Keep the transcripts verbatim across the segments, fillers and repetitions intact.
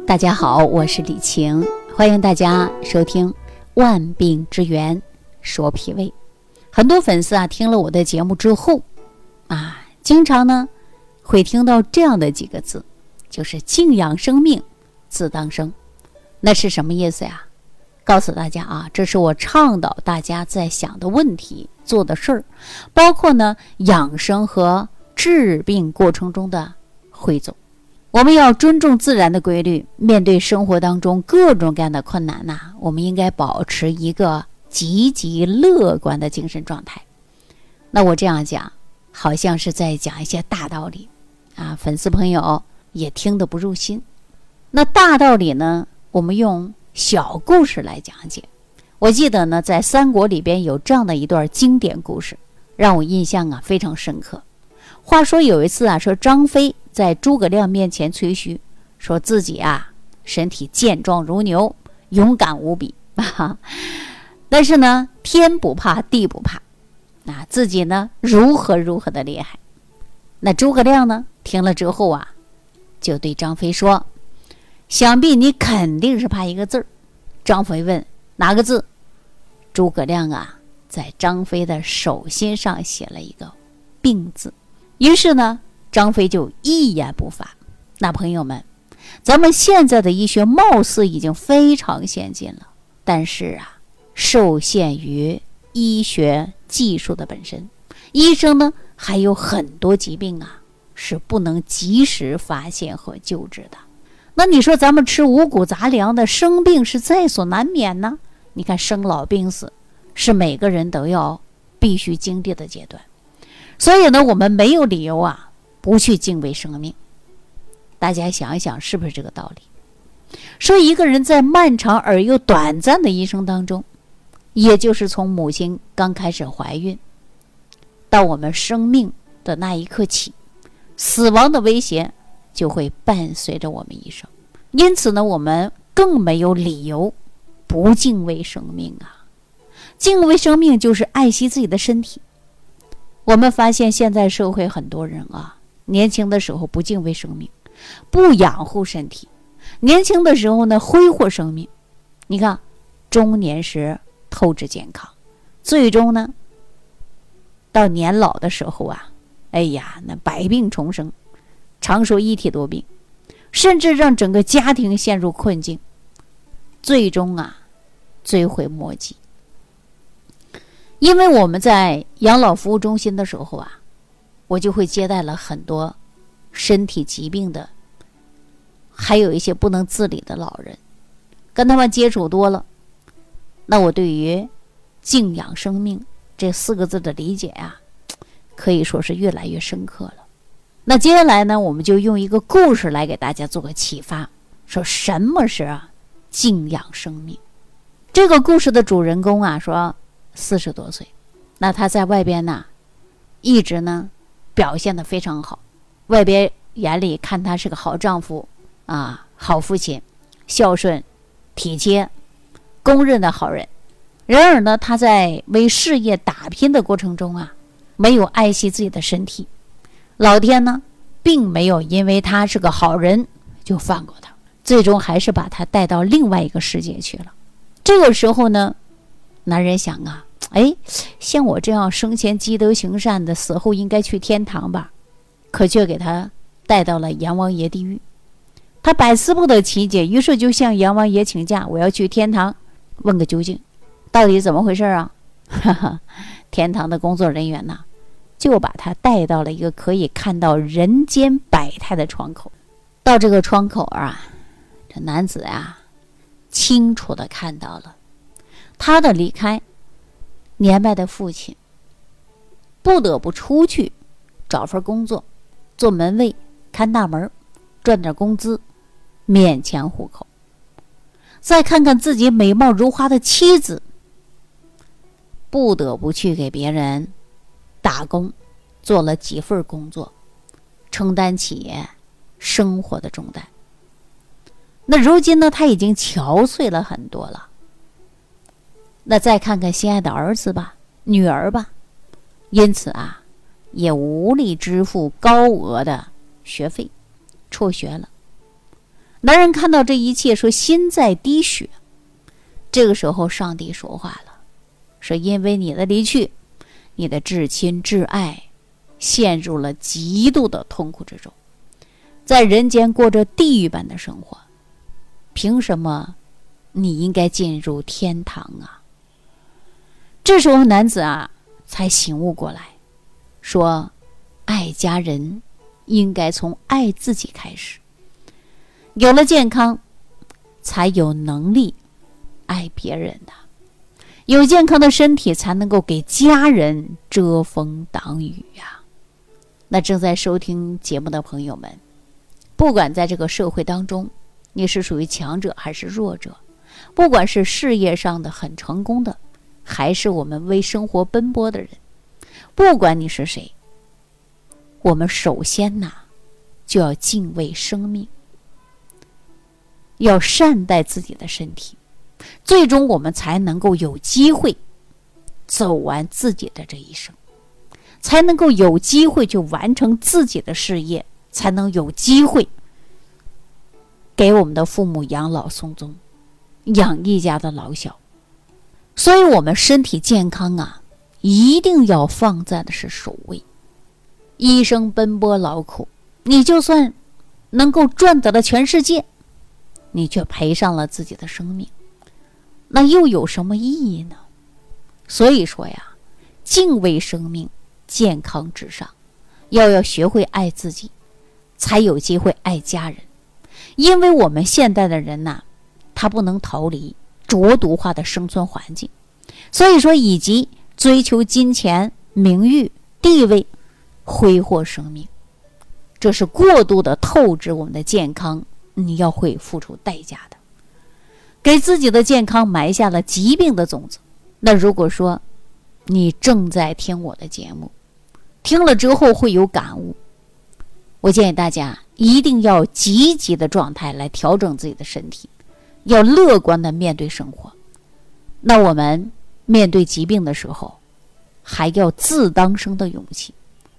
大家好，我是李晴，欢迎大家收听万病之源说脾胃。很多粉丝啊听了我的节目之后啊，经常呢会听到这样的几个字，就是静养生命，自当生。那是什么意思呀？告诉大家啊，这是我倡导大家在想的问题、做的事儿，包括呢养生和治病过程中的汇总。我们要尊重自然的规律，面对生活当中各种各样的困难呐、啊，我们应该保持一个积极乐观的精神状态。那我这样讲，好像是在讲一些大道理啊，粉丝朋友也听得不入心。那大道理呢，我们用小故事来讲解。我记得呢，在三国里边有这样的一段经典故事，让我印象啊非常深刻。话说有一次啊，说张飞在诸葛亮面前吹嘘，说自己啊身体健壮如牛，勇敢无比啊，但是呢天不怕地不怕啊，自己呢如何如何的厉害。那诸葛亮呢听了之后啊，就对张飞说，想必你肯定是怕一个字儿。张飞问，哪个字？诸葛亮啊在张飞的手心上写了一个病字。于是呢张飞就一言不发。那朋友们，咱们现在的医学貌似已经非常先进了，但是啊受限于医学技术的本身，医生呢还有很多疾病啊是不能及时发现和救治的。那你说咱们吃五谷杂粮的，生病是在所难免呢。你看生老病死是每个人都要必须经历的阶段，所以呢我们没有理由啊不去敬畏生命。大家想一想，是不是这个道理？说一个人在漫长而又短暂的一生当中，也就是从母亲刚开始怀孕到我们生命的那一刻起，死亡的威胁就会伴随着我们一生。因此呢我们更没有理由不敬畏生命啊。敬畏生命就是爱惜自己的身体。我们发现现在社会很多人啊，年轻的时候不敬畏生命，不养护身体，年轻的时候呢挥霍生命，你看中年时透支健康，最终呢到年老的时候啊，哎呀那百病丛生，常说一体多病，甚至让整个家庭陷入困境，最终啊追悔莫及。因为我们在养老服务中心的时候啊，我就会接待了很多身体疾病的，还有一些不能自理的老人，跟他们接触多了，那我对于静养生命这四个字的理解啊，可以说是越来越深刻了。那接下来呢，我们就用一个故事来给大家做个启发，说什么是啊静养生命。这个故事的主人公啊说四十多岁，那他在外边呢一直呢表现得非常好，外边眼里看他是个好丈夫啊，好父亲，孝顺体贴，公认的好人。然而呢他在为事业打拼的过程中啊，没有爱惜自己的身体，老天呢并没有因为他是个好人就放过他，最终还是把他带到另外一个世界去了。这个时候呢男人想啊，哎，像我这样生前积德行善的，死后应该去天堂吧，可却给他带到了阎王爷地狱。他百思不得其解，于是就向阎王爷请假，我要去天堂问个究竟，到底怎么回事啊？哈哈，天堂的工作人员呢就把他带到了一个可以看到人间百态的窗口。到这个窗口啊，这男子啊清楚地看到了他的离开，年迈的父亲不得不出去找份工作，做门卫，看大门，赚点工资，勉强糊口。再看看自己美貌如花的妻子，不得不去给别人打工，做了几份工作，承担起生活的重担。那如今呢，他已经憔悴了很多了。那再看看心爱的儿子吧，女儿吧，因此啊也无力支付高额的学费，辍学了。 男人看到这一切，说心在滴血。这个时候上帝说话了，说因为你的离去，你的至亲至爱陷入了极度的痛苦之中，在人间过着地狱般的生活，凭什么你应该进入天堂啊？这时候男子啊才醒悟过来，说爱家人应该从爱自己开始，有了健康才有能力爱别人的，有健康的身体才能够给家人遮风挡雨呀。那正在收听节目的朋友们，不管在这个社会当中你是属于强者还是弱者，不管是事业上的很成功的，还是我们为生活奔波的人，不管你是谁，我们首先呐就要敬畏生命，要善待自己的身体，最终我们才能够有机会走完自己的这一生，才能够有机会去完成自己的事业，才能有机会给我们的父母养老送终，养一家的老小。所以我们身体健康啊，一定要放在的是首位。一生奔波劳苦，你就算能够赚得了全世界，你却赔上了自己的生命，那又有什么意义呢？所以说呀，敬畏生命，健康至上，要要学会爱自己，才有机会爱家人。因为我们现代的人呐，他不能逃离浊毒化的生存环境，所以说以及追求金钱、名誉、地位，挥霍生命，这是过度的透支我们的健康，你要会付出代价的，给自己的健康埋下了疾病的种子。那如果说你正在听我的节目，听了之后会有感悟，我建议大家一定要积极的状态来调整自己的身体，要乐观的面对生活。那我们面对疾病的时候，还要自当生的勇气。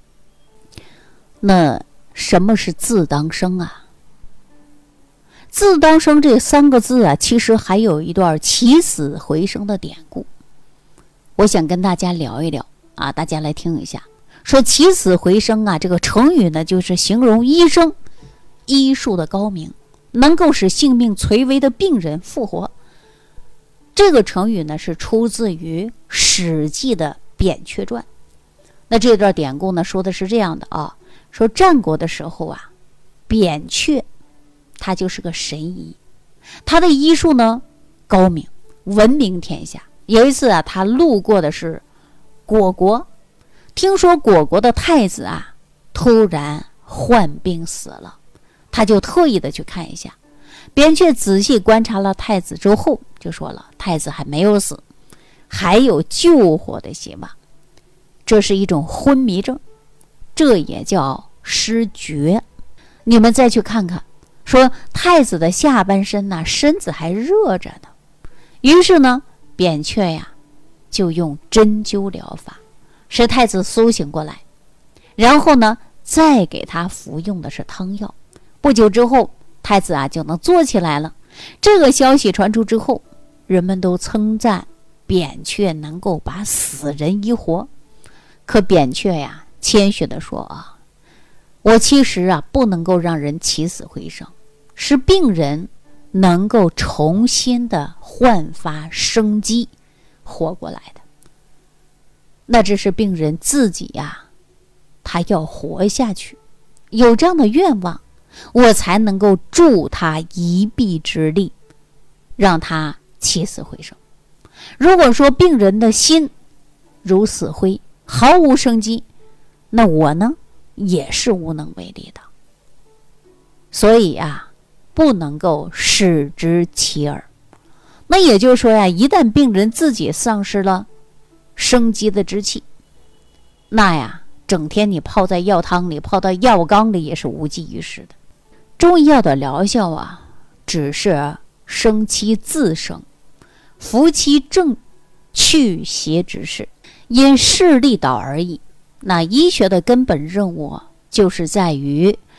那什么是自当生啊？自当生这三个字啊，其实还有一段起死回生的典故，我想跟大家聊一聊啊，大家来听一下。说起死回生啊，这个成语呢，就是形容医生医术的高明，能够使性命垂危的病人复活。这个成语呢，是出自于《史记》的《扁鹊传》。那这段典故呢，说的是这样的啊，说战国的时候啊，扁鹊他就是个神医，他的医术呢高明，闻名天下。有一次啊，他路过的是虢国，听说虢国的太子啊突然患病死了，他就特意的去看一下。扁鹊仔细观察了太子之后，就说了，太子还没有死，还有救活的希望。这是一种昏迷症，这也叫失觉。你们再去看看，说太子的下半身呢，身子还热着呢。于是呢，扁鹊呀就用针灸疗法使太子苏醒过来，然后呢再给他服用的是汤药。不久之后，太子啊就能坐起来了。这个消息传出之后，人们都称赞扁鹊能够把死人医活。可扁鹊呀谦虚地说啊，我其实啊不能够让人起死回生，是病人能够重新的焕发生机活过来的。那只是病人自己呀，他要活下去，有这样的愿望，我才能够助他一臂之力，让他起死回生。如果说病人的心如死灰，毫无生机，那我呢也是无能为力的。所以啊，不能够视之其耳。那也就是说呀，一旦病人自己丧失了生机的之气，那呀整天你泡在药汤里，泡到药缸里也是无济于事的。中医药的疗效啊，只是生其自生，服其正，去邪之事，因势利导而已。那医学的根本任务就是在于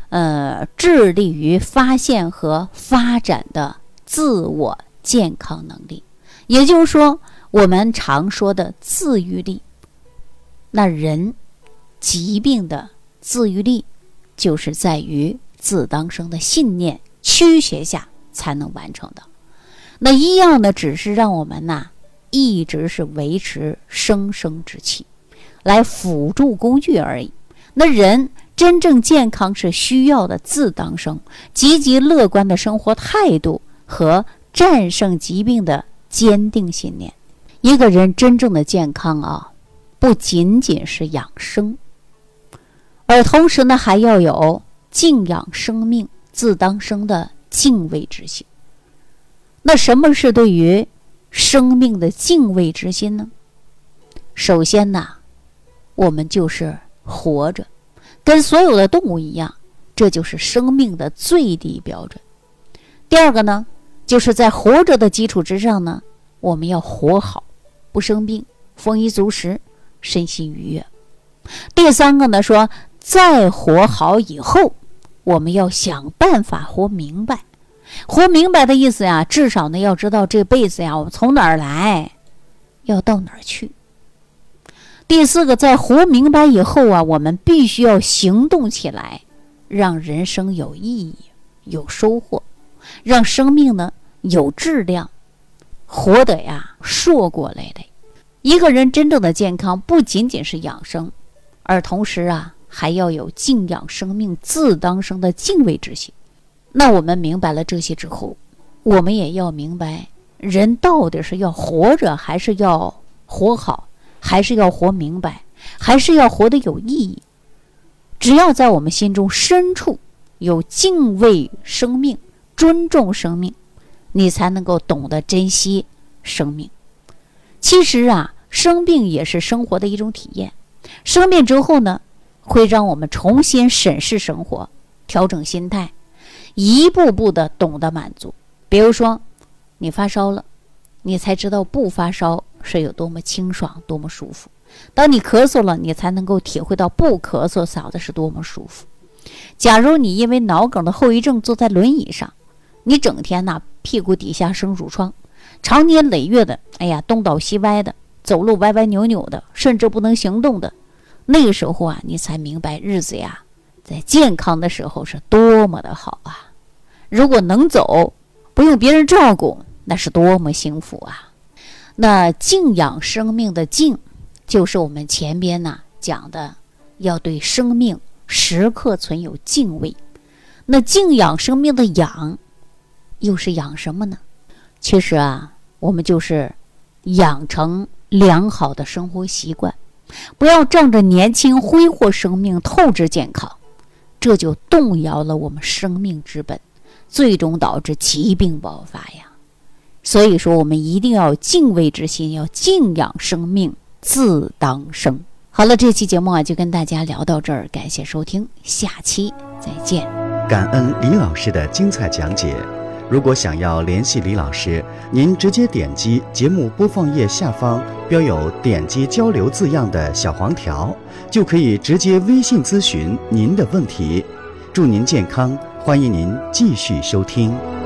呃，致力于发现和发展的自我健康能力，也就是说我们常说的自愈力。那人疾病的自愈力就是在于自当生的信念驱邪下才能完成的。那医药呢，只是让我们呐、啊、一直是维持生生之气，来辅助工具而已。那人真正健康是需要的自当生、积极乐观的生活态度和战胜疾病的坚定信念。一个人真正的健康啊，不仅仅是养生，而同时呢，还要有敬仰生命、自当生的敬畏之心。那什么是对于生命的敬畏之心呢？首先呢，我们就是活着，跟所有的动物一样，这就是生命的最低标准。第二个呢，就是在活着的基础之上呢，我们要活好，不生病，丰衣足食，身心愉悦。第三个呢，说再活好以后，我们要想办法活明白。活明白的意思呀，至少呢要知道这辈子呀，我们从哪儿来，要到哪儿去。第四个，在活明白以后啊，我们必须要行动起来，让人生有意义、有收获，让生命呢有质量，活得呀硕果累累。一个人真正的健康，不仅仅是养生，而同时啊，还要有敬仰生命、自当生的敬畏之心。那我们明白了这些之后，我们也要明白，人到底是要活着，还是要活好，还是要活明白，还是要活得有意义。只要在我们心中深处有敬畏生命、尊重生命，你才能够懂得珍惜生命。其实啊，生病也是生活的一种体验。生病之后呢，会让我们重新审视生活，调整心态，一步步的懂得满足。比如说你发烧了，你才知道不发烧是有多么清爽，多么舒服。当你咳嗽了，你才能够体会到不咳嗽嗓子是多么舒服。假如你因为脑梗的后遗症坐在轮椅上，你整天呢、啊、屁股底下生褥疮，常年累月的，哎呀东倒西歪的，走路歪歪扭扭的，甚至不能行动的，那个时候啊，你才明白日子呀在健康的时候是多么的好啊！如果能走，不用别人照顾，那是多么幸福啊！那敬仰生命的敬，就是我们前边呢讲的，要对生命时刻存有敬畏。那敬仰生命的养，又是养什么呢？其实啊，我们就是养成良好的生活习惯，不要仗着年轻挥霍生命，透支健康，这就动摇了我们生命之本，最终导致疾病爆发呀。所以说我们一定要有敬畏之心，要敬仰生命，自当生。好了，这期节目啊就跟大家聊到这儿，感谢收听，下期再见。 感恩李老师的精彩讲解。如果想要联系李老师，您直接点击节目播放页下方标有点击交流字样的小黄条，就可以直接微信咨询您的问题。祝您健康，欢迎您继续收听。